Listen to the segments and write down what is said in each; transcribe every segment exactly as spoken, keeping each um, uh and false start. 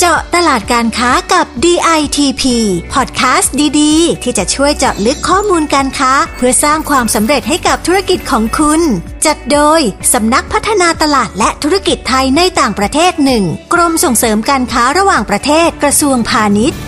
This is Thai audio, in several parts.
เจาะตลาดการค้ากับ ดี ไอ ที พี พอดแคสต์ดีๆที่จะช่วยเจาะลึกข้อมูลการค้าเพื่อสร้างความสำเร็จให้กับธุรกิจของคุณจัดโดยสำนักพัฒนาตลาดและธุรกิจไทยในต่างประเทศหนึ่งกรมส่งเสริมการค้าระหว่างประเทศกระทรวงพาณิชย์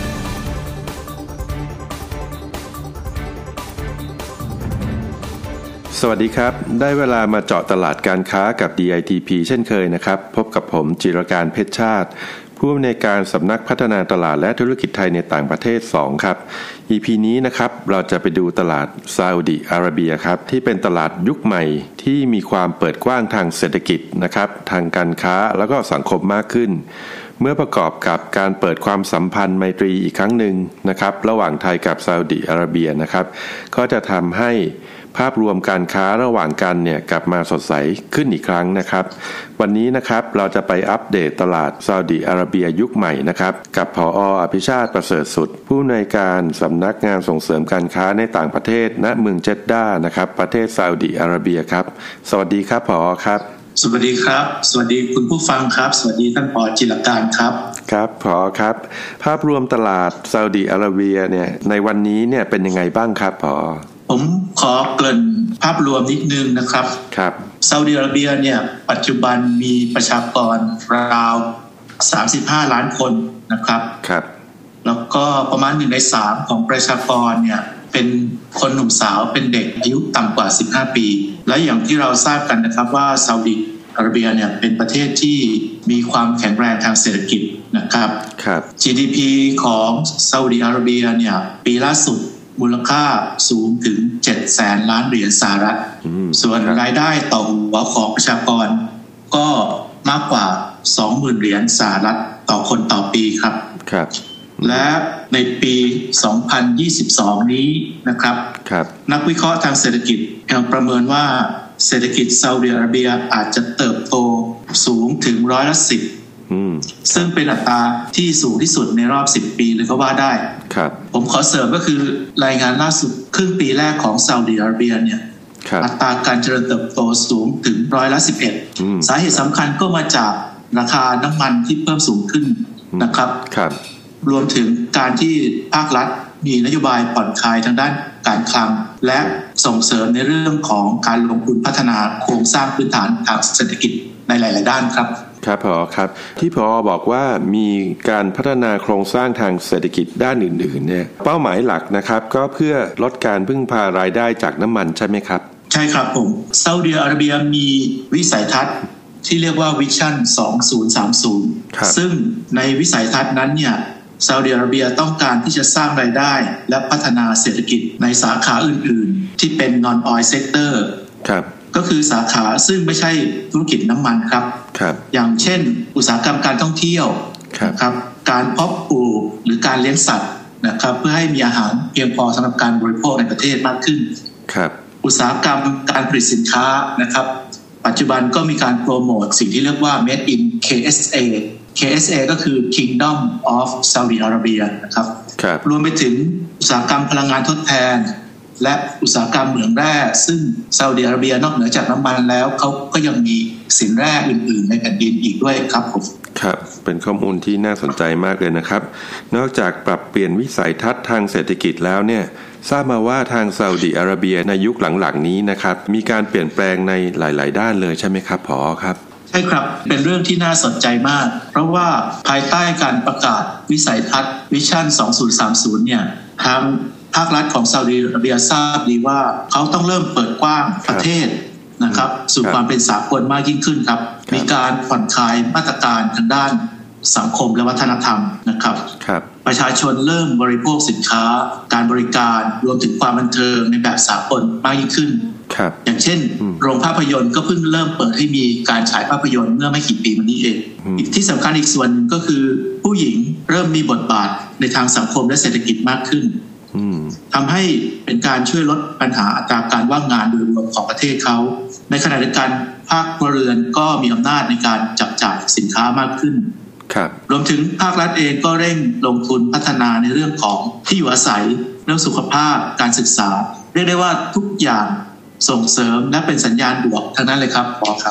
สวัสดีครับได้เวลามาเจาะตลาดการค้ากับ ดี ไอ ที พี เช่นเคยนะครับพบกับผมจิรการเพชรชาติผู้อำนวยการสำนักพัฒนาตลาดและธุรกิจไทยในต่างประเทศสองครับ อี พี นี้นะครับเราจะไปดูตลาดซาอุดิอาระเบียครับที่เป็นตลาดยุคใหม่ที่มีความเปิดกว้างทางเศรษฐกิจนะครับทางการค้าแล้วก็สังคมมากขึ้นเมื่อประกอบกับการเปิดความสัมพันธ์ไมตรีอีกครั้งหนึ่งนะครับระหว่างไทยกับซาอุดิอาระเบียนะครับก็จะทำให้ภาพรวมการค้าระหว่างกันเนี่ยกลับมาสดใสขึ้นอีกครั้งนะครับวันนี้นะครับเราจะไปอัปเดตตลาดซาอุดิอาระเบียยุคใหม่นะครับกับผอ.อภิชาติประเสริฐสุดผู้อำนวยการสำนักงานส่งเสริมการค้าในต่างประเทศณเมืองเจดดาห์นะครับประเทศซาอุดิอาระเบียครับสวัสดีครับผอ.ครับสวัสดีครับสวัสดีคุณผู้ฟังครับสวัสดีท่านผอ.จิรการครับครับผอ.ครับภาพรวมตลาดซาอุดิอาระเบียเนี่ยในวันนี้เนี่ยเป็นยังไงบ้างครับผอ. ผมขอเกริ่นภาพรวมนิดนึงนะครับครับซาอุดิอาระเบียเนี่ยปัจจุบันมีประชากรราวสามสิบห้าล้านคนนะครับครับแล้วก็ประมาณหนึ่งในสามของประชากรเนี่ยเป็นคนหนุ่มสาวเป็นเด็กอายุต่ำกว่าสิบห้าปีและอย่างที่เราทราบกันนะครับว่าซาอุดิอาระเบียเนี่ยเป็นประเทศที่มีความแข็งแรงทางเศรษฐกิจนะครับครับจี ดี พี ของซาอุดิอาระเบียเนี่ยปีล่าสุดมูลค่าสูงถึงเจ็ดแสนล้านเหรียญสหรัฐส่วนรายได้ต่อหัวของประชากรก็มากกว่า สองหมื่น เหรียญสหรัฐต่อคนต่อปีครับครับและในปีสองพันยี่สิบสองนี้นะครับครับนักวิเคราะห์ทางเศรษฐกิจยังประเมินว่าเศรษฐกิจซาอุดิอาระเบียอาจจะเติบโตสูงถึงร้อยละสิบซึ่งเป็นอัตราที่สูงที่สุดในรอบสิบปีเลยก็ว่าได้ครับผมขอเสริมก็คือรายงานล่าสุดครึ่งปีแรกของซาอุดิอาระเบียเนี่ยอัตราการเจริญเติบโตสูงถึงร้อยละสิบเอ็ดสาเหตุสำคัญก็มาจากราคาน้ำมันที่เพิ่มสูงขึ้นนะครับครับรวมถึงการที่ภาครัฐมีนโยบายผ่อนคลายทางด้านการคลังและส่งเสริมในเรื่องของการลงทุนพัฒนาโครงสร้างพื้นฐานทางเศรษฐกิจในหลายๆด้านครับครับผอ.ครับที่ผอ.บอกว่ามีการพัฒนาโครงสร้างทางเศรษฐกิจด้านอื่นๆเนี่ยเป้าหมายหลักนะครับก็เพื่อลดการพึ่งพารายได้จากน้ำมันใช่ไหมครับใช่ครับผมซาอุดิอาระเบียมีวิสัยทัศน์ที่เรียกว่าวิชั่นสองพันสามสิบซึ่งในวิสัยทัศน์นั้นเนี่ยซาอุดิอาระเบียต้องการที่จะสร้างรายได้และพัฒนาเศรษฐกิจในสาขาอื่นๆที่เป็น non oil sector ครับก็คือสาขาซึ่งไม่ใช่ธุรกิจน้ำมันครับครับอย่างเช่นอุตสาหกรรมการท่องเที่ยวครับการเพาะปลูกหรือการเลี้ยงสัตว์นะครับเพื่อให้มีอาหารเพียงพอสำหรับการบริโภคในประเทศมากขึ้นครับอุตสาหกรรมการผลิตสินค้านะครับปัจจุบันก็มีการโปรโมทสิ่งที่เรียกว่า Made in เค เอส เอ เค เอส เอ ก็คือ Kingdom of Saudi Arabia นะครับรวมไปถึงอุตสาหกรรมพลังงานทดแทนและอุตสาหกรรมเหมืองแร่ซึ่งซาอุดิอาระเบียนอกเหนือจากน้ำมันแล้วเขาก็ยังมีสินแร่อื่นๆในแผ่นดินอีกด้วยครับผมครับเป็นข้อมูลที่น่าสนใจมากเลยนะครับนอกจากปรับเปลี่ยนวิสัยทัศน์ทางเศรษฐกิจแล้วเนี่ยทราบมาว่าทางซาอุดิอาระเบียในยุคหลังๆนี้นะครับมีการเปลี่ยนแปลงในหลายๆด้านเลยใช่ไหมครับผอ.ครับใช่ครับเป็นเรื่องที่น่าสนใจมากเพราะว่าภายใต้การประกาศวิสัยทัศน์วิชั่นสองพันสามสิบเนี่ยทางภาครัฐของซาอุดิอาระเบียทราบดีว่าเขาต้องเริ่มเปิดกว้างประเทศนะครับสู่ความเป็นสากลมากยิ่งขึ้นครับมีการผ่อนคลายมาตรการทางด้านสังคมและวัฒนธรรมนะครับประชาชนเริ่มบริโภคสินค้าการบริการรวมถึงความบันเทิงในแบบสากลมากยิ่งขึ้นอย่างเช่นโรงภาพยนตร์ก็เพิ่งเริ่มเปิดให้มีการฉายภาพยนตร์เมื่อไม่กี่ปีมานี้เองที่สำคัญอีกส่วนก็คือผู้หญิงเริ่มมีบทบาทในทางสังคมและเศรษฐกิจมากขึ้นทำให้เป็นการช่วยลดปัญหาอัตราการว่างงานโดยรวมของประเทศเขาในขณะเดียวกันภาคครัวเรือนก็มีอำนาจในการจับจ่ายสินค้ามากขึ้นรวมถึงภาครัฐเองก็เร่งลงทุนพัฒนาในเรื่องของที่อยู่อาศัยเรื่องสุขภาพการศึกษาเรียกได้ว่าทุกอย่างส่งเสริมและเป็นสัญญาณบวกทั้งนั้นเลยครับปอครับ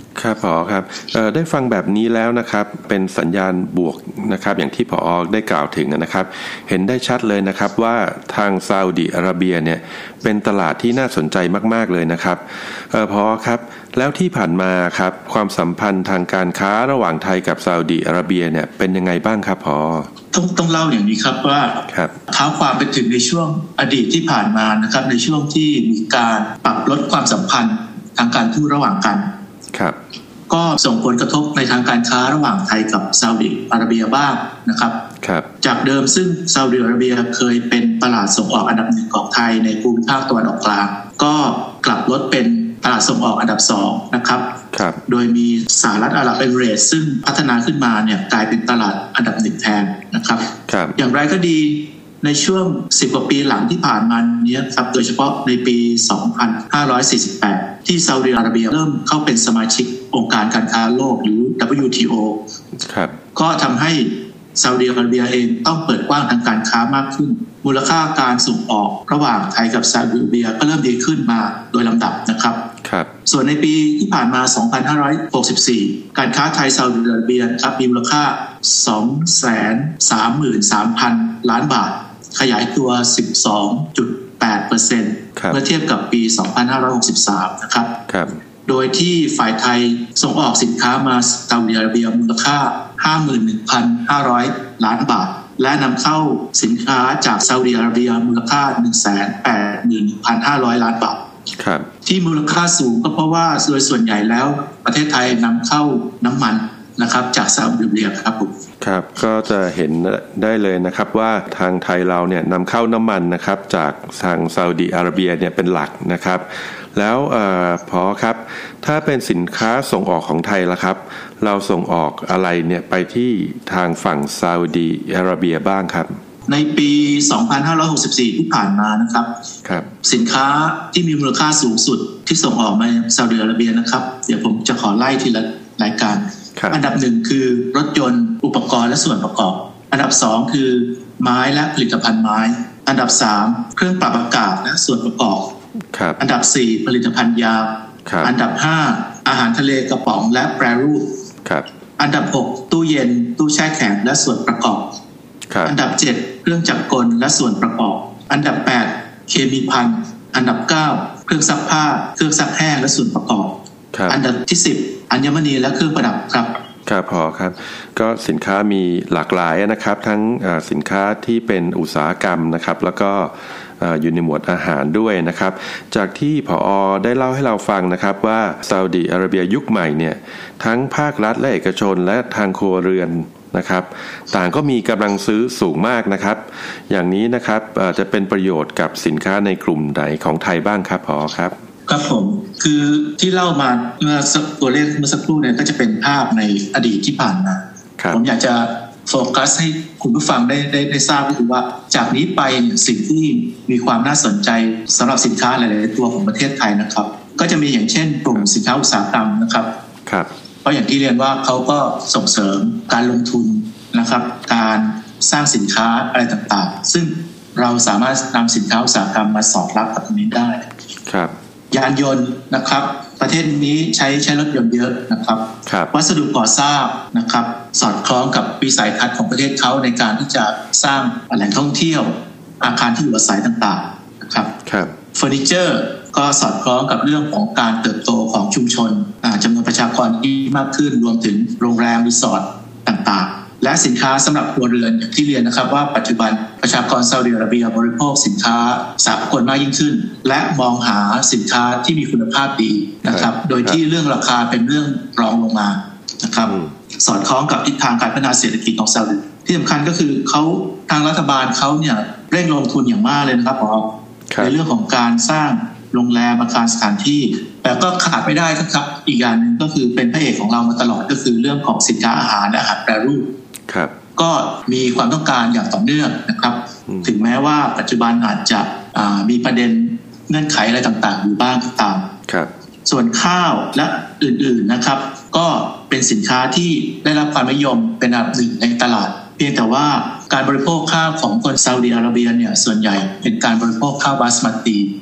ครับผอครับได้ฟังแบบนี้แล้วนะครับเป็นสัญญาณบวกนะครับอย่างที่ผอได้กล่าวถึงนะครับเห็นได้ชัดเลยนะครับว่าทางซาอุดิอาระเบียเนี่ยเป็นตลาดที่น่าสนใจมากๆเลยนะครับเออผอครับแล้วที่ผ่านมาครับความสัมพันธ์ทางการค้าระหว่างไทยกับซาอุดิอาระเบียเนี่ยเป็นยังไงบ้างครับผอต้องต้องเล่าอย่างนี้ครับว่าเท้าความไปถึงในช่วงอดีตที่ผ่านมานะครับในช่วงที่มีการปรับลดความสัมพันธ์ทางการทูตระหว่างกันครับก็ส่งผลกระทบในทางการค้าระหว่างไทยกับซาอุดิอาระเบียบ้างนะครับครับจากเดิมซึ่งซาอุดิอาระเบียเคยเป็นตลาดส่งออกอันดับหนึ่งของไทยในภูมิภาคตะวันออกกลางก็กลับลดเป็นตลาดส่งออกอันดับสองนะครับครับโดยมีสหรัฐอาหรับเอมิเรตส์ซึ่งพัฒนาขึ้นมาเนี่ยกลายเป็นตลาดอันดับหนึ่งแทนนะครับครับอย่างไรก็ดีในช่วงสิบกว่าปีหลังที่ผ่านมานี้ครับโดยเฉพาะในปีสองพันห้าร้อยสี่สิบแปดที่ซาอุดิอาระเบียเริ่มเข้าเป็นสมาชิกองค์การการค้าโลกหรือ ดับเบิลยู ที โอครับก็ทำให้ซาอุดิอาระเบียเองต้องเปิดกว้างทางการค้ามากขึ้นมูลค่าการส่งออกระหว่างไทยกับซาอุดิอาระเบียก็เริ่มดีขึ้นมาโดยลำดับนะครับครับส่วนในปีที่ผ่านมาสองพันห้าร้อยหกสิบสี่การค้าไทยซาอุดิอาระเบียครับมีมูลค่า สองแสนสามหมื่นสามพัน ล้านบาทขยายตัว สิบสองจุดแปดเปอร์เซ็นต์ เมื่อเทียบกับปีสองพันห้าร้อยหกสิบสามนะครับครับโดยที่ฝ่ายไทยส่งออกสินค้ามาซาอุดิอาระเบียมูลค่า ห้าหมื่นหนึ่งพันห้าร้อย ล้านบาทและนำเข้าสินค้าจากซาอุดิอาระเบียมูลค่า หนึ่งแสนแปดหมื่นหนึ่งพันห้าร้อย ล้านบาทครับที่มูลค่าสูงก็เพราะว่าโดยส่วนใหญ่แล้วประเทศไทยนำเข้าน้ำมันนะครับจากซาอุดิอาระเบียครับผมครับก็จะเห็นได้เลยนะครับว่าทางไทยเราเนี่ยนำเข้าน้ำมันนะครับจากทางซาอุดิอาระเบียเนี่ยเป็นหลักนะครับแล้วเอ่อพอครับถ้าเป็นสินค้าส่งออกของไทยล่ะครับเราส่งออกอะไรเนี่ยไปที่ทางฝั่งซาอุดิอาระเบียบ้างครับในปีสองพันห้าร้อยหกสิบสี่ที่ผ่านมานะครับครับสินค้าที่มีมูลค่าสูงสุดที่ส่งออกมาซาอุดิอาระเบียนะครับเดี๋ยวผมจะขอไล่ทีละรายการอันดับหนึ่งคือรถยนต์อุปกรณ์และส่วนประกอบอันดับสองคือไม้และผลิตภัณฑ์ไม้อันดับสามเครื่องปรับอากาศและส่วนประกอบอันดับสี่ผลิตภัณฑ์ยาอันดับห้าอาหารทะเลกระป๋องและแปรรูปอันดับหกตู้เย็นตู้แช่แข็งและส่วนประกอบอันดับเจ็ดเครื่องจักรกลและส่วนประกอบอันดับแปดเคมีภัณฑ์อันดับเก้าเครื่องซักผ้าเครื่องซักแห้งและส่วนประกอบอันดับที่สิบอัญมณีและเครื่องประดับครับครับพอครับก็สินค้ามีหลากหลายนะครับทั้งสินค้าที่เป็นอุตสาหกรรมนะครับแล้วก็อยู่ในหมวดอาหารด้วยนะครับจากที่ผอ.ได้เล่าให้เราฟังนะครับว่าซาอุดิอาระเบียยุคใหม่เนี่ยทั้งภาครัฐและเอกชนและทางครัวเรือนนะครับต่างก็มีกำลังซื้อสูงมากนะครับอย่างนี้นะครับจะเป็นประโยชน์กับสินค้าในกลุ่มไหนของไทยบ้างครับผอ.ครับครับผมคือที่เล่ามาเมื่อตัวเลขเมื่อสักครู่เนี่ยก็จะเป็นภาพในอดีตที่ผ่านมาผมอยากจะโฟกัสให้คุณผู้ฟังได้ได้ได้ทราบก็คือว่าจากนี้ไปเนี่ยสิ่งที่มีความน่าสนใจสำหรับสินค้าหลายๆตัวของประเทศไทยนะครับก็จะมีอย่างเช่นกลุ่มสินค้าอุตสาหกรรมนะครับครับเพราะอย่างที่เรียนว่าเขาก็ส่งเสริมการลงทุนนะครับการสร้างสินค้าอะไรต่างๆซึ่งเราสามารถนำสินค้าอุตสาหกรรมมาสอดรับกับตรงนี้ได้ครับยานยนต์นะครับประเทศนี้ใช้ใช้รถยนต์เยอะนะครับ วัสดุก่อสร้างนะครับสอดคล้องกับวิสัยทัศน์ของประเทศเขาในการที่จะสร้างแหล่งท่องเที่ยวอาคารที่อยู่อาศัยต่างๆนะครับเฟอร์นิเจอร์ก็สอดคล้องกับเรื่องของการเติบโตของชุมชนจำนวนประชากรที่มากขึ้นรวมถึงโรงแรมรีสอร์ทต่างๆและสินค้าสำหรับครัวเรือนอย่างที่เรียนนะครับว่าปัจจุบันประชากรซาอุดิอาระเบียบริโภคสินค้าสากลมากยิ่งขึ้นและมองหาสินค้าที่มีคุณภาพดีนะครับโดยที่เรื่องราคาเป็นเรื่องรองลงมานะครับสอดคล้องกับทิศทางการพัฒนาเศรษฐกิจของซาอุดิที่สำคัญก็คือเขาทางรัฐบาลเขาเนี่ยเร่งลงทุนอย่างมากเลยนะครับพอในเรื่องของการสร้างโรงแรมอาคารสถานที่แต่ก็ขาดไม่ได้ครับอีกอย่างหนึ่งก็คือเป็นพระเอกของเรามาตลอดก็คือเรื่องของสินค้าอาหารและอาหารแปรรูปก็มีความต้องการอย่างต่อเนื่องนะครับถึงแม้ว่าปัจจุบันอาจจะมีประเด็นเงื่อนไขอะไรต่างๆอยู่บ้างก็ตามส่วนข้าวและอื่นๆนะครับก็เป็นสินค้าที่ได้รับความนิยมเป็นอันดับหนึ่งในตลาดเพียงแต่ว่าการบริโภคข้าวของคนซาอุดิอาระเบียเนี่ยส่วนใหญ่เป็นการบริโภคข้าวบาสมาติ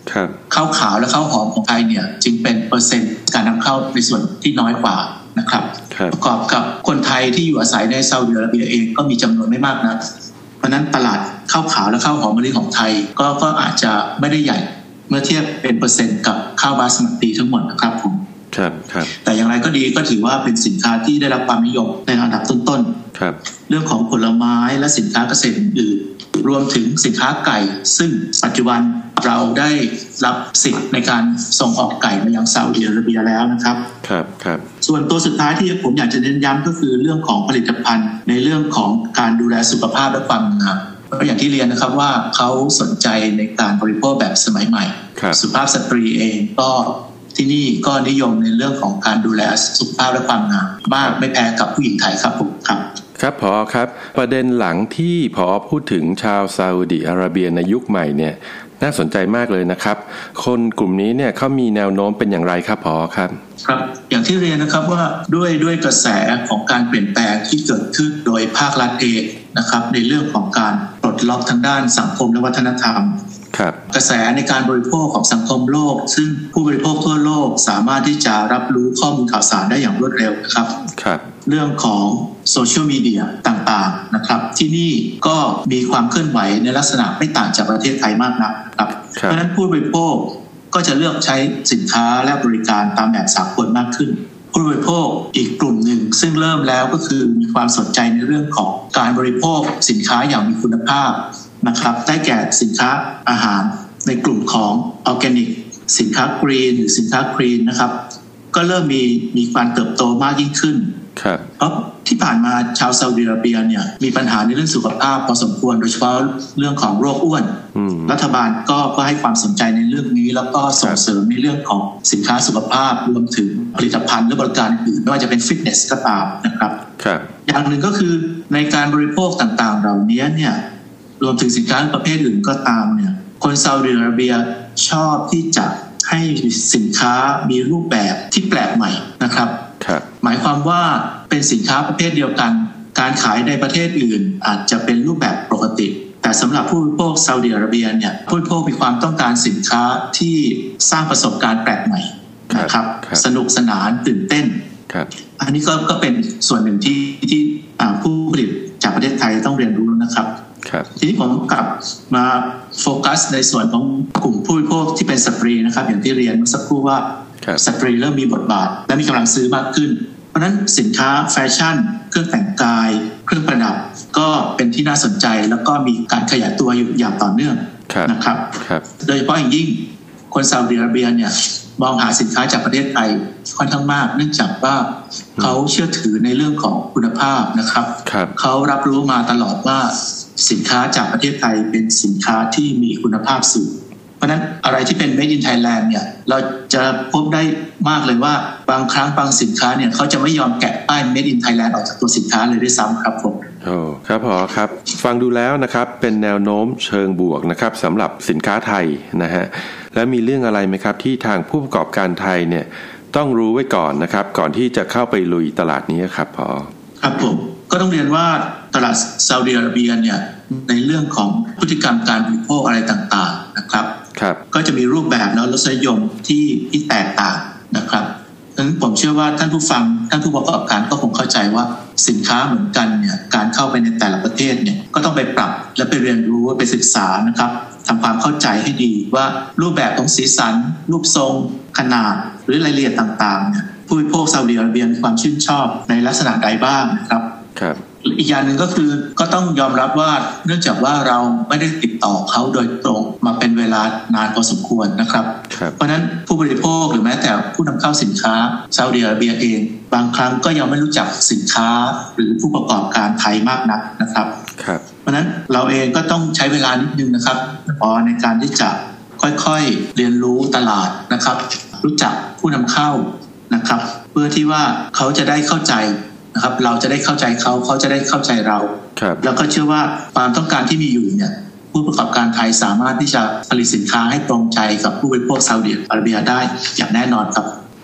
ข้าวขาวและข้าวหอมของไทยเนี่ยจึงเป็นเปอร์เซ็นต์การนำเข้าในส่วนที่น้อยกว่านะครับประกอบกับคนไทยที่อยู่อาศัยในซาอุดิอาระเบียเองก็มีจำนวนไม่มากนักเพราะนั้นตลาดข้าวขาวและข้าวหอมมะลิของไทยก็ก็อาจจะไม่ได้ใหญ่เมื่อเทียบเป็นเปอร์เซ็นต์กับข้าวบาสมติทั้งหมดนะครับผมครับครับแต่อย่างไรก็ดีก็ถือว่าเป็นสินค้าที่ได้รับความนิยมในอันดับต้นๆครับเรื่องของผลไม้และสินค้าเกษตรอื่นๆรวมถึงสินค้าไก่ซึ่งปัจจุบันเราได้รับสิทธิ์ในการส่งออกไก่มายังซาอุดิอาระเบียแล้วนะครับครับครับส่วนตัวสุดท้ายที่ผมอยากจะเน้นย้ำก็คือเรื่องของผลิตภัณฑ์ในเรื่องของการดูแลสุขภาพและความงามก็อย่างที่เรียนนะครับว่าเขาสนใจในการบริโภคแบบสมัยใหม่สุภาพสตรีเองก็ที่นี่ก็นิยมในเรื่องของการดูแลสุขภาพและความงามมากไม่แพ้กับผู้หญิงไทยครับผมครับครับผอครับประเด็นหลังที่ผอพูดถึงชาวซาอุดิอาระเบียในยุคใหม่เนี่ยน่าสนใจมากเลยนะครับคนกลุ่มนี้เนี่ยเขามีแนวโน้มเป็นอย่างไรครับผอครับครับอย่างที่เรียนนะครับว่าด้วยด้วยกระแสของการเปลี่ยนแปลงที่เกิดขึ้นโดยภาครัฐเองนะครับในเรื่องของการปลดล็อกทางด้านสังคมและวัฒนธรรมกระแสในการบริโภคของสังคมโลกซึ่งผู้บริโภคทั่วโลกสามารถที่จะรับรู้ข้อมูลข่าวสารได้อย่างรวดเร็วนะครับครับเรื่องของโซเชียลมีเดียต่างๆนะครับที่นี่ก็มีความเคลื่อนไหวในลักษณะไม่ต่างจากประเทศไทยมากนักครับเพราะฉะนั้นผู้บริโภคก็จะเลือกใช้สินค้าและบริการตามแบบสากลมากขึ้นผู้บริโภคอีกกลุ่มหนึ่งซึ่งเริ่มแล้วก็คือมีความสนใจในเรื่องของการบริโภคสินค้าอย่างมีคุณภาพนะครับได้แก่สินค้าอาหารในกลุ่มของออร์แกนิกสินค้ากรีนหรือสินค้าคลีนนะครับก็เริ่มมีมีการเติบโตมากยิ่งขึ้นเพราะที่ผ่านมาชาวซาอุดิอาระเบียเนี่ยมีปัญหาในเรื่องสุขภาพพอสมควรโดยเฉพาะเรื่องของโรคอ้วนรัฐบาลก็ก็ให้ความสนใจในเรื่องนี้แล้วก็ส่งเสริมในเรื่องของสินค้าสุขภาพรวมถึงผลิตภัณฑ์และบริการอื่นไม่ว่าจะเป็นฟิตเนสก็ตามนะครับอย่างหนึ่งก็คือในการบริโภคต่างๆเหล่านี้เนี่ยรวมถึงสินค้าประเภทอื่นก็ตามเนี่ยคนซาอุดิอาระเบียชอบที่จะให้สินค้ามีรูปแบบที่แปลกใหม่นะครับหมายความว่าเป็นสินค้าประเภทเดียวกันการขายในประเทศอื่นอาจจะเป็นรูปแบบปกติแต่สำหรับผู้บริโภคซาอุดิอาระเบียเนี่ยผู้บริโภคมีความต้องการสินค้าที่สร้างประสบการณ์แปลกใหม่นะครับสนุกสนานตื่นเต้นอันนี้ก็ก็เป็นส่วนหนึ่งที่ที่ผู้ผลิตจากประเทศไทยต้องเรียนรู้นะครับทีนี้ผมกลับมาโฟกัสในส่วนของกลุ่มผู้บริโภคที่เป็นสตรีนะครับอย่างที่เรียนเมื่อสักครู่ว่าสตรีเริ่มมีบทบาทและมีกำลังซื้อมากขึ้นเพราะฉะนั้นสินค้าแฟชั่นเครื่องแต่งกายเครื่องประดับก็เป็นที่น่าสนใจแล้วก็มีการขยายตัวอยู่อย่างต่อเนื่องนะครับโดยเฉพาะอย่างยิ่งคนซาอุดิอาระเบียเนี่ยมองหาสินค้าจากประเทศไทยค่อนข้างมากเนื่องจากว่าเขาเชื่อถือในเรื่องของคุณภาพนะครับเขารับรู้มาตลอดว่าสินค้าจากประเทศไทยเป็นสินค้าที่มีคุณภาพสูงเพราะนั้นอะไรที่เป็น Made in Thailand เนี่ยเราจะพบได้มากเลยว่าบางครั้งบางสินค้าเนี่ยเขาจะไม่ยอมแกะป้าย Made in Thailand ออกจากตัวสินค้าเลยด้วยซ้ำครับผมโอ้ครับพอครับฟังดูแล้วนะครับเป็นแนวโน้มเชิงบวกนะครับสำหรับสินค้าไทยนะฮะและมีเรื่องอะไรไหมครับที่ทางผู้ประกอบการไทยเนี่ยต้องรู้ไว้ก่อนนะครับก่อนที่จะเข้าไปลุยตลาดนี้ครับพอครับผมก็ต้องเรียนว่าตลาดซาอุดิอาระเบียเนี่ยในเรื่องของพฤติกรรมการบริโภคอะไรต่างๆนะครับก็จะมีรูปแบบและรสนิยมที่ที่แตกต่างนะครับดังนั้นผมเชื่อว่าท่านผู้ฟังท่านผู้ประกอบการก็คงเข้าใจว่าสินค้าเหมือนกันเนี่ยการเข้าไปในแต่ละประเทศเนี่ยก็ต้องไปปรับและไปเรียนรู้ไปศึกษานะครับทำความเข้าใจให้ดีว่ารูปแบบของสีสันรูปทรงขนาดหรือรายละเอียดต่างๆเนี่ยผู้บริโภคซาอุดิอาระเบียมีความชื่นชอบในลักษณะใดบ้างนะครับอีกอย่างหนึ่งก็คือก็ต้องยอมรับว่าเนื่องจากว่าเราไม่ได้ติดต่อเขาโดยตรงมาเป็นเวลานานพอสมควรนะครับเพราะฉะนั้นผู้บริโภคหรือแม้แต่ผู้นำเข้าสินค้าซาอุดิอาระเบียเองบางครั้งก็ยังไม่รู้จักสินค้าหรือผู้ประกอบการไทยมากนักนะครับเพราะฉะนั้นเราเองก็ต้องใช้เวลานิดนึงนะครับพอในการที่จะค่อยๆเรียนรู้ตลาดนะครับรู้จักผู้นำเข้านะครับเพื่อที่ว่าเขาจะได้เข้าใจนะครับเราจะได้เข้าใจเขาเขาจะได้เข้าใจเราแล้วก็เชื่อว่าความต้องการที่มีอยู่เนี่ยผู้ประกอบการไทยสามารถที่จะผลิตสินค้าให้ตรงใจกับผู้บริโภคซาอุดิอาระเบียได้อย่างแน่นอนครับ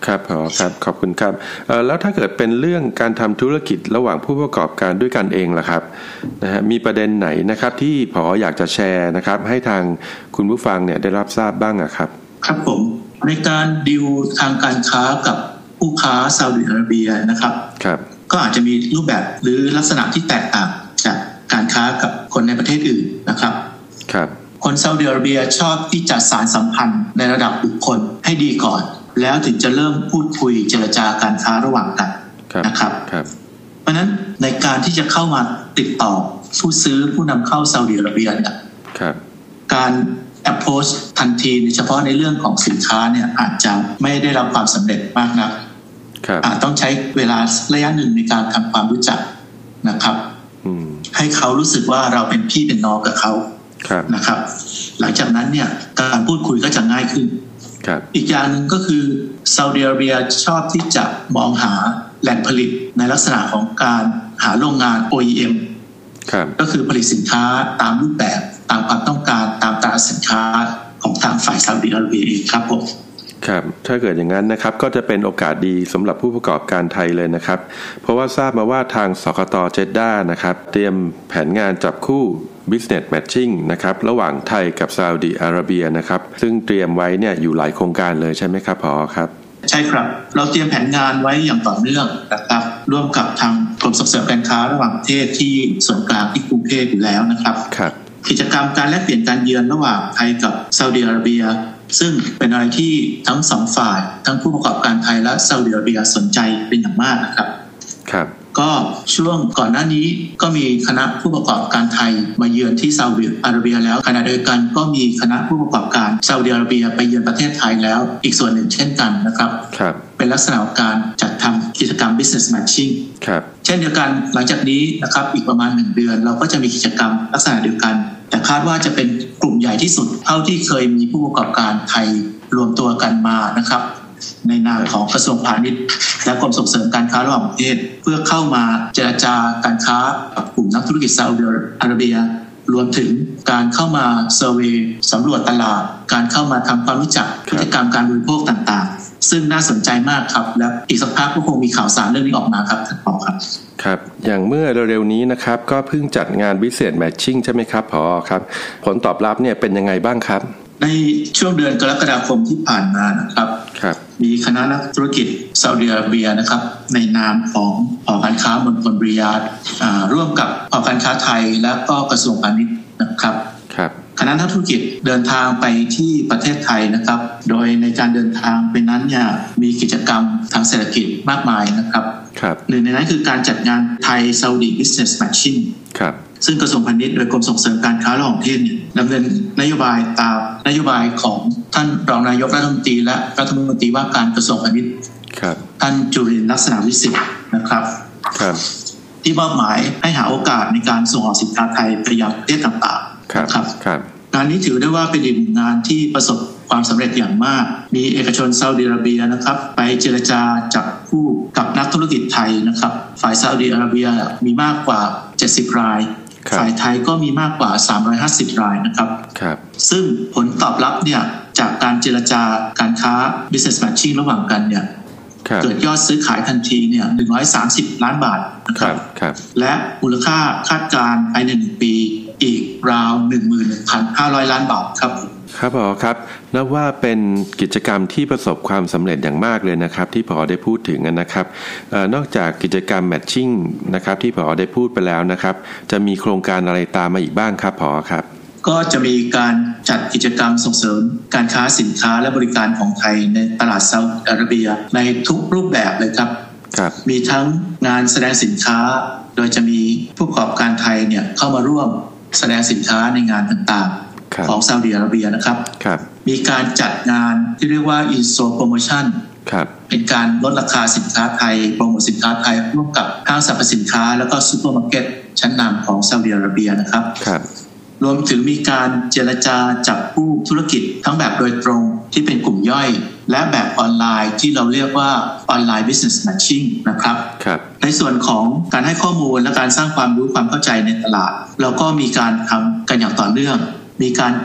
ครับผอครับขอบคุณครับเอ่อแล้วถ้าเกิดเป็นเรื่องการทำธุรกิจระหว่างผู้ประกอบการด้วยกันเองล่ะครับนะฮะมีประเด็นไหนนะครับที่ผออยากจะแชร์นะครับให้ทางคุณผู้ฟังเนี่ยได้รับทราบบ้างอะครับครับผมในการดีลทางการค้ากับผู้ค้าซาอุดิอาระเบียนะครับครับก็อาจจะมีรูปแบบหรือลักษณะที่แตกต่างจากการค้ากับคนในประเทศอื่นนะครับครับคนซาอุดิอาระเบียชอบที่จะสานสัมพันธ์ในระดับบุคคลให้ดีก่อนแล้วถึงจะเริ่มพูดคุยเจรจาการค้าระหว่างกันนะครับเพราะฉะนั้นในการที่จะเข้ามาติดต่อผู้ซื้อผู้นำเข้าซาอุดิอาระเบียเนี่ยการ approach ทันทีเฉพาะในเรื่องของสินค้าเนี่ยอาจจะไม่ได้รับความสำเร็จมากนักอาจต้องใช้เวลาระยะหนึ่งในการทำความรู้จักนะครับให้เขารู้สึกว่าเราเป็นพี่เป็นน้องกับเขานะครับหลังจากนั้นเนี่ยการพูดคุยก็จะง่ายขึ้นอีกอย่างหนึ่งก็คือซาอุดิอาระเบียชอบที่จะมองหาแหล่งผลิตในลักษณะของการหาโรงงาน โอ อี เอ็ม ก็คือผลิตสินค้าตามรูปแบบตามความต้องการตามตลาดสินค้าของทางฝ่ายซาอุดิอาระเบียเองครับผมครับถ้าเกิดอย่างนั้นนะครับก็จะเป็นโอกาสดีสำหรับผู้ประกอบการไทยเลยนะครับเพราะว่าทราบมาว่าทางสคต.เจด้านะครับเตรียมแผนงานจับคู่ Business Matching นะครับระหว่างไทยกับซาอุดิอาระเบียนะครับซึ่งเตรียมไว้เนี่ยอยู่หลายโครงการเลยใช่ไหมครับผอครับใช่ครับเราเตรียมแผนงานไว้อย่างต่อเนื่องนะครับร่วมกับทางกรมส่งเสริมการค้าระหว่างประเทศที่ส่วนกลางที่กรุงเทพอยู่แล้วนะครับครับกิจกรรมการแลกเปลี่ยนการเยือนระหว่างไทยกับซาอุดิอาระเบียซึ่งเป็นอะไรที่ทั้งสองฝ่ายทั้งผู้ประกอบการไทยและซาอุดิอาระเบียสนใจเป็นอย่างมากนะครับครับก็ช่วงก่อนหน้านี้ก็มีคณะผู้ประกอบการไทยมาเยือนที่ซาอุดิอาระเบียแล้วขณะเดียวกันก็มีคณะผู้ประกอบการซาอุดิอาระเบียไปเยือนประเทศไทยแล้วอีกส่วนหนึ่งเช่นกันนะครับครับเป็นลักษณะของการจัดทำกิจกรรม business matching ครับเช่นเดียวกันหลังจากนี้นะครับอีกประมาณหนึ่งเดือนเราก็จะมีกิจกรรมลักษณะเดียวกันแต่คาดว่าจะเป็นกลุ่มใหญ่ที่สุดเท่าที่เคยมีผู้ประกอบการไทยรวมตัวกันมานะครับในนามของกระทรวงพาณิชย์และกรมส่งเสริมการค้าระหว่างประเทศเพื่อเข้ามาเจรจาการค้ากับกลุ่มนักธุรกิจซาอุดิอาระเบียรวมถึงการเข้ามาเซอร์เวย์สำรวจตลาดการเข้ามาทำความรู้จักพฤติกรรมการบริโภคต่างๆซึ่งน่าสนใจมากครับและอีกสักพักก็คงมีข่าวสารเรื่องนี้ออกมาครับท่านผอครับครับอย่างเมื่อเร็วๆนี้นะครับก็เพิ่งจัดงาน Business Matching ใช่ไหมครับผอครับผลตอบรับเนี่ยเป็นยังไงบ้างครับในช่วงเดือนกรกฎาคมที่ผ่านมานะครับมีคณะนักธุรกิจซาอุดิอาระเบียนะครับในนามของหอการค้ามณฑลริยาดร่วมกับหอการค้าไทยและก็กระทรวงพาณิชย์นะครับคณะนักธุรกิจเดินทางไปที่ประเทศไทยนะครับโดยในการเดินทางเป็นนั้นเนี่ยมีกิจกรรมทางเศรษฐกิจมากมายนะครับหนึ่งในนั้นคือการจัดงานไทยซาอุดิ Business Matching ซึ่งกระทรวงพาณิชย์โดยกรมส่งเสริมการค้าระหว่างประเทศเนี่ยดำเนินนโยบายตามนโยบายของท่านรองนายกรัฐมนตรีและรัฐมนตรีว่าการกระทรวงพาณิชย์ท่านจุรินทร์ลักษณะวิสิทธิ์นะครับที่มอบหมายให้หาโอกาสในการส่งออกสินค้าไทยไปยังประเทศต่างๆนะครับงานนี้ถือได้ว่าเป็นอีกงานที่ประสบความสำเร็จอย่างมากมีเอกชนซาอุดิอาระเบียนะครับไปเจรจาจับคู่กับนักธุรกิจไทยนะครับฝ่ายซาอุดิอาระเบียมีมากกว่าเจ็ดสิบรายฝ่ายไทยก็มีมากกว่าสามร้อยห้าสิบรายนะครับซึ่งผลตอบรับเนี่ยจากการเจรจาการค้า business matching ระหว่างกันเนี่ยเกิดยอดซื้อขายทันทีเนี่ยหนึ่งร้อยสามสิบล้านบาทนะครับและมูลค่าคาดการณ์ภายในหนึ่งปีอีกราว หนึ่งหมื่นหนึ่งพันห้าร้อย ล้านบาทครับครับผอครับนับว่าเป็นกิจกรรมที่ประสบความสำเร็จอย่างมากเลยนะครับที่ผอได้พูดถึงนะครับเอ่อนอกจากกิจกรรมแมทชิ่งนะครับที่ผอได้พูดไปแล้วนะครับจะมีโครงการอะไรตามมาอีกบ้างครับผอครับก็จะมีการจัดกิจกรรมส่งเสริมการค้าสินค้าและบริการของไทยในตลาดซาอุดิอาระเบียในทุกรูปแบบเลยครับมีทั้งงานแสดงสินค้าโดยจะมีผู้ประกอบการไทยเนี่ยเข้ามาร่วมแสดงสินค้าในงานต่างๆของซาอุดิอาระเบียนะครับมีการจัดงานที่เรียกว่า in-store promotion เป็นการลดราคาสินค้าไทยโปรโมทสินค้าไทยร่วมกับห้างสรรพสินค้าแล้วก็ซุปเปอร์มาร์เก็ตชั้นนำของซาอุดิอาระเบียนะครับรวมถึงมีการเจรจาจับคู่ธุรกิจทั้งแบบโดยตรงที่เป็นกลุ่มย่อยและแบบออนไลน์ที่เราเรียกว่าออนไลน์ business matching นะครับในส่วนของการให้ข้อมูลและการสร้างความรู้ความเข้าใจในตลาดเราก็มีการทำกันอย่างต่อเนื่องมีการจัด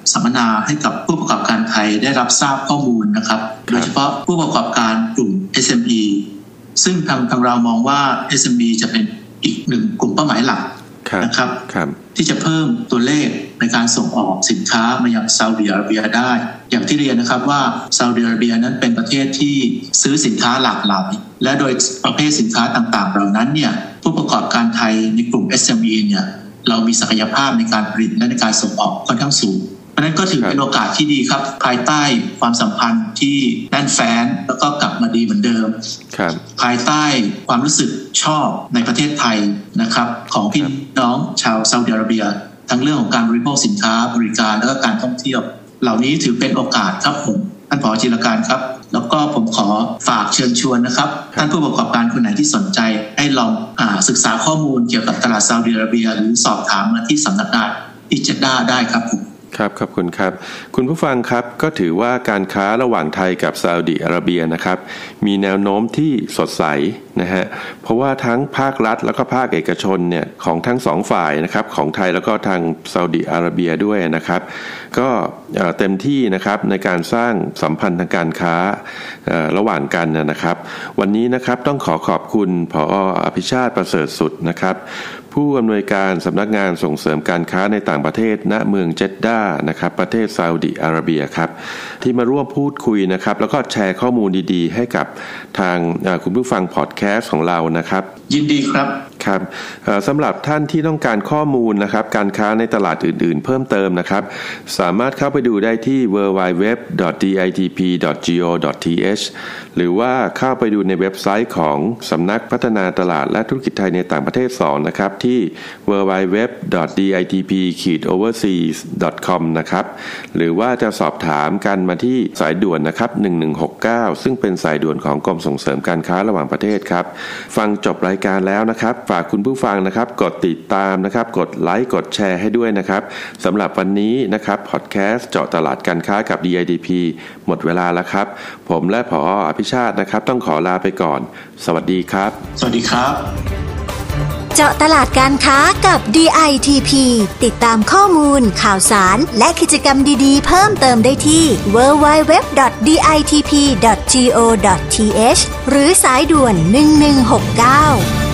สัมมนาให้กับผู้ประกอบการไทยได้รับทราบข้อมูลนะครับโดยเฉพาะผู้ประกอบการกลุ่ม เอส เอ็ม อี ซึ่งทางทางเรามองว่า เอส เอ็ม อี จะเป็นอีกหนึ่งกลุ่มเป้าหมายหลักนะครับที่จะเพิ่มตัวเลขในการส่งออกสินค้ามายังซาอุดิอาระเบียได้อย่างที่เรียนนะครับว่าซาอุดิอาระเบียนั้นเป็นประเทศที่ซื้อสินค้าหลากหลายและโดยประเภทสินค้าต่างๆเหล่านั้นเนี่ยผู้ประกอบการไทยในกลุ่ม เอส เอ็ม อี เนี่ยเรามีศักยภาพในการผลิตและในการส่งออกค่อนข้างสูงเพราะนั้นก็ถือเป็นโอกาสที่ดีครับภายใต้ความสัมพันธ์ที่แน่นแฟ้นแล้วก็กลับมาดีเหมือนเดิมภายใต้ความรู้สึกชอบในประเทศไทยนะครับของพี่น้องชาวซาอุดิอาระเบียทั้งเรื่องของการบริโภคสินค้าบริการและก็การท่องเที่ยวเหล่านี้ถือเป็นโอกาสครับผมท่านผอ.จิรการครับแล้วก็ผมขอฝากเชิญชวนนะครับท่านผู้ประกอบการคนไหนที่สนใจให้ลองอ่าศึกษาข้อมูลเกี่ยวกับตลาดซาอุดิอาระเบียหรือสอบถามมาที่สำนักงานที่เจด้าได้ครับผมครับขอบคุณครับคุณผู้ฟังครับก็ถือว่าการค้าระหว่างไทยกับซาอุดิอาระเบียนะครับมีแนวโน้มที่สดใสนะฮะเพราะว่าทั้งภาครัฐแล้วก็ภาคเอกชนเนี่ยของทั้งสองฝ่ายนะครับของไทยแล้วก็ทางซาอุดิอาระเบียด้วยนะครับก็เต็มที่นะครับในการสร้างสัมพันธ์ทางการค้าระหว่างกันนะครับวันนี้นะครับต้องขอขอบคุณผอ.อภิชาติประเสริฐสุดนะครับผู้อำนวยการสำนักงานส่งเสริมการค้าในต่างประเทศณเมืองเจดดานะครับประเทศซาอุดิอาระเบียครับที่มาร่วมพูดคุยนะครับแล้วก็แชร์ข้อมูลดีๆให้กับทางคุณผู้ฟังพอดแคสต์ของเรานะครับยินดีครับครับสำหรับท่านที่ต้องการข้อมูลนะครับการค้าในตลาดอื่นๆเพิ่มเติมนะครับสามารถเข้าไปดูได้ที่ ดับเบิลยู ดับเบิลยู ดับเบิลยู ดอท ดี ไอ ที พี ดอท จี โอ ดอท ที เอช หรือว่าเข้าไปดูในเว็บไซต์ของสำนักพัฒนาตลาดและธุรกิจไทยในต่างประเทศสองนะครับที่ ดับเบิลยู ดับเบิลยู ดับเบิลยู ดอท ดี ไอ ที พี โอเวอร์ซีส ดอท คอม นะครับหรือว่าจะสอบถามกันมาที่สายด่วนนะครับหนึ่งหนึ่งหกเก้าซึ่งเป็นสายด่วนของกรมส่งเสริมการค้าระหว่างประเทศครับฟังจบรายการแล้วนะครับฝากคุณผู้ฟังนะครับกดติดตามนะครับกดไลค์กดแชร์ให้ด้วยนะครับสำหรับวันนี้นะครับพอดแคสต์เจาะตลาดการค้ากับ ดี ไอ ที พี หมดเวลาแล้วครับผมและผอ.อภิชาตินะครับต้องขอลาไปก่อนสวัสดีครับสวัสดีครับเจาะตลาดการค้ากับ ดี ไอ ที พี ติดตามข้อมูลข่าวสารและกิจกรรมดีๆเพิ่มเติมได้ที่ ดับเบิลยู ดับเบิลยู ดับเบิลยู ดอท ดี ไอ ที พี ดอท จี โอ ดอท ที เอช หรือสายด่วนหนึ่งหนึ่งหกเก้า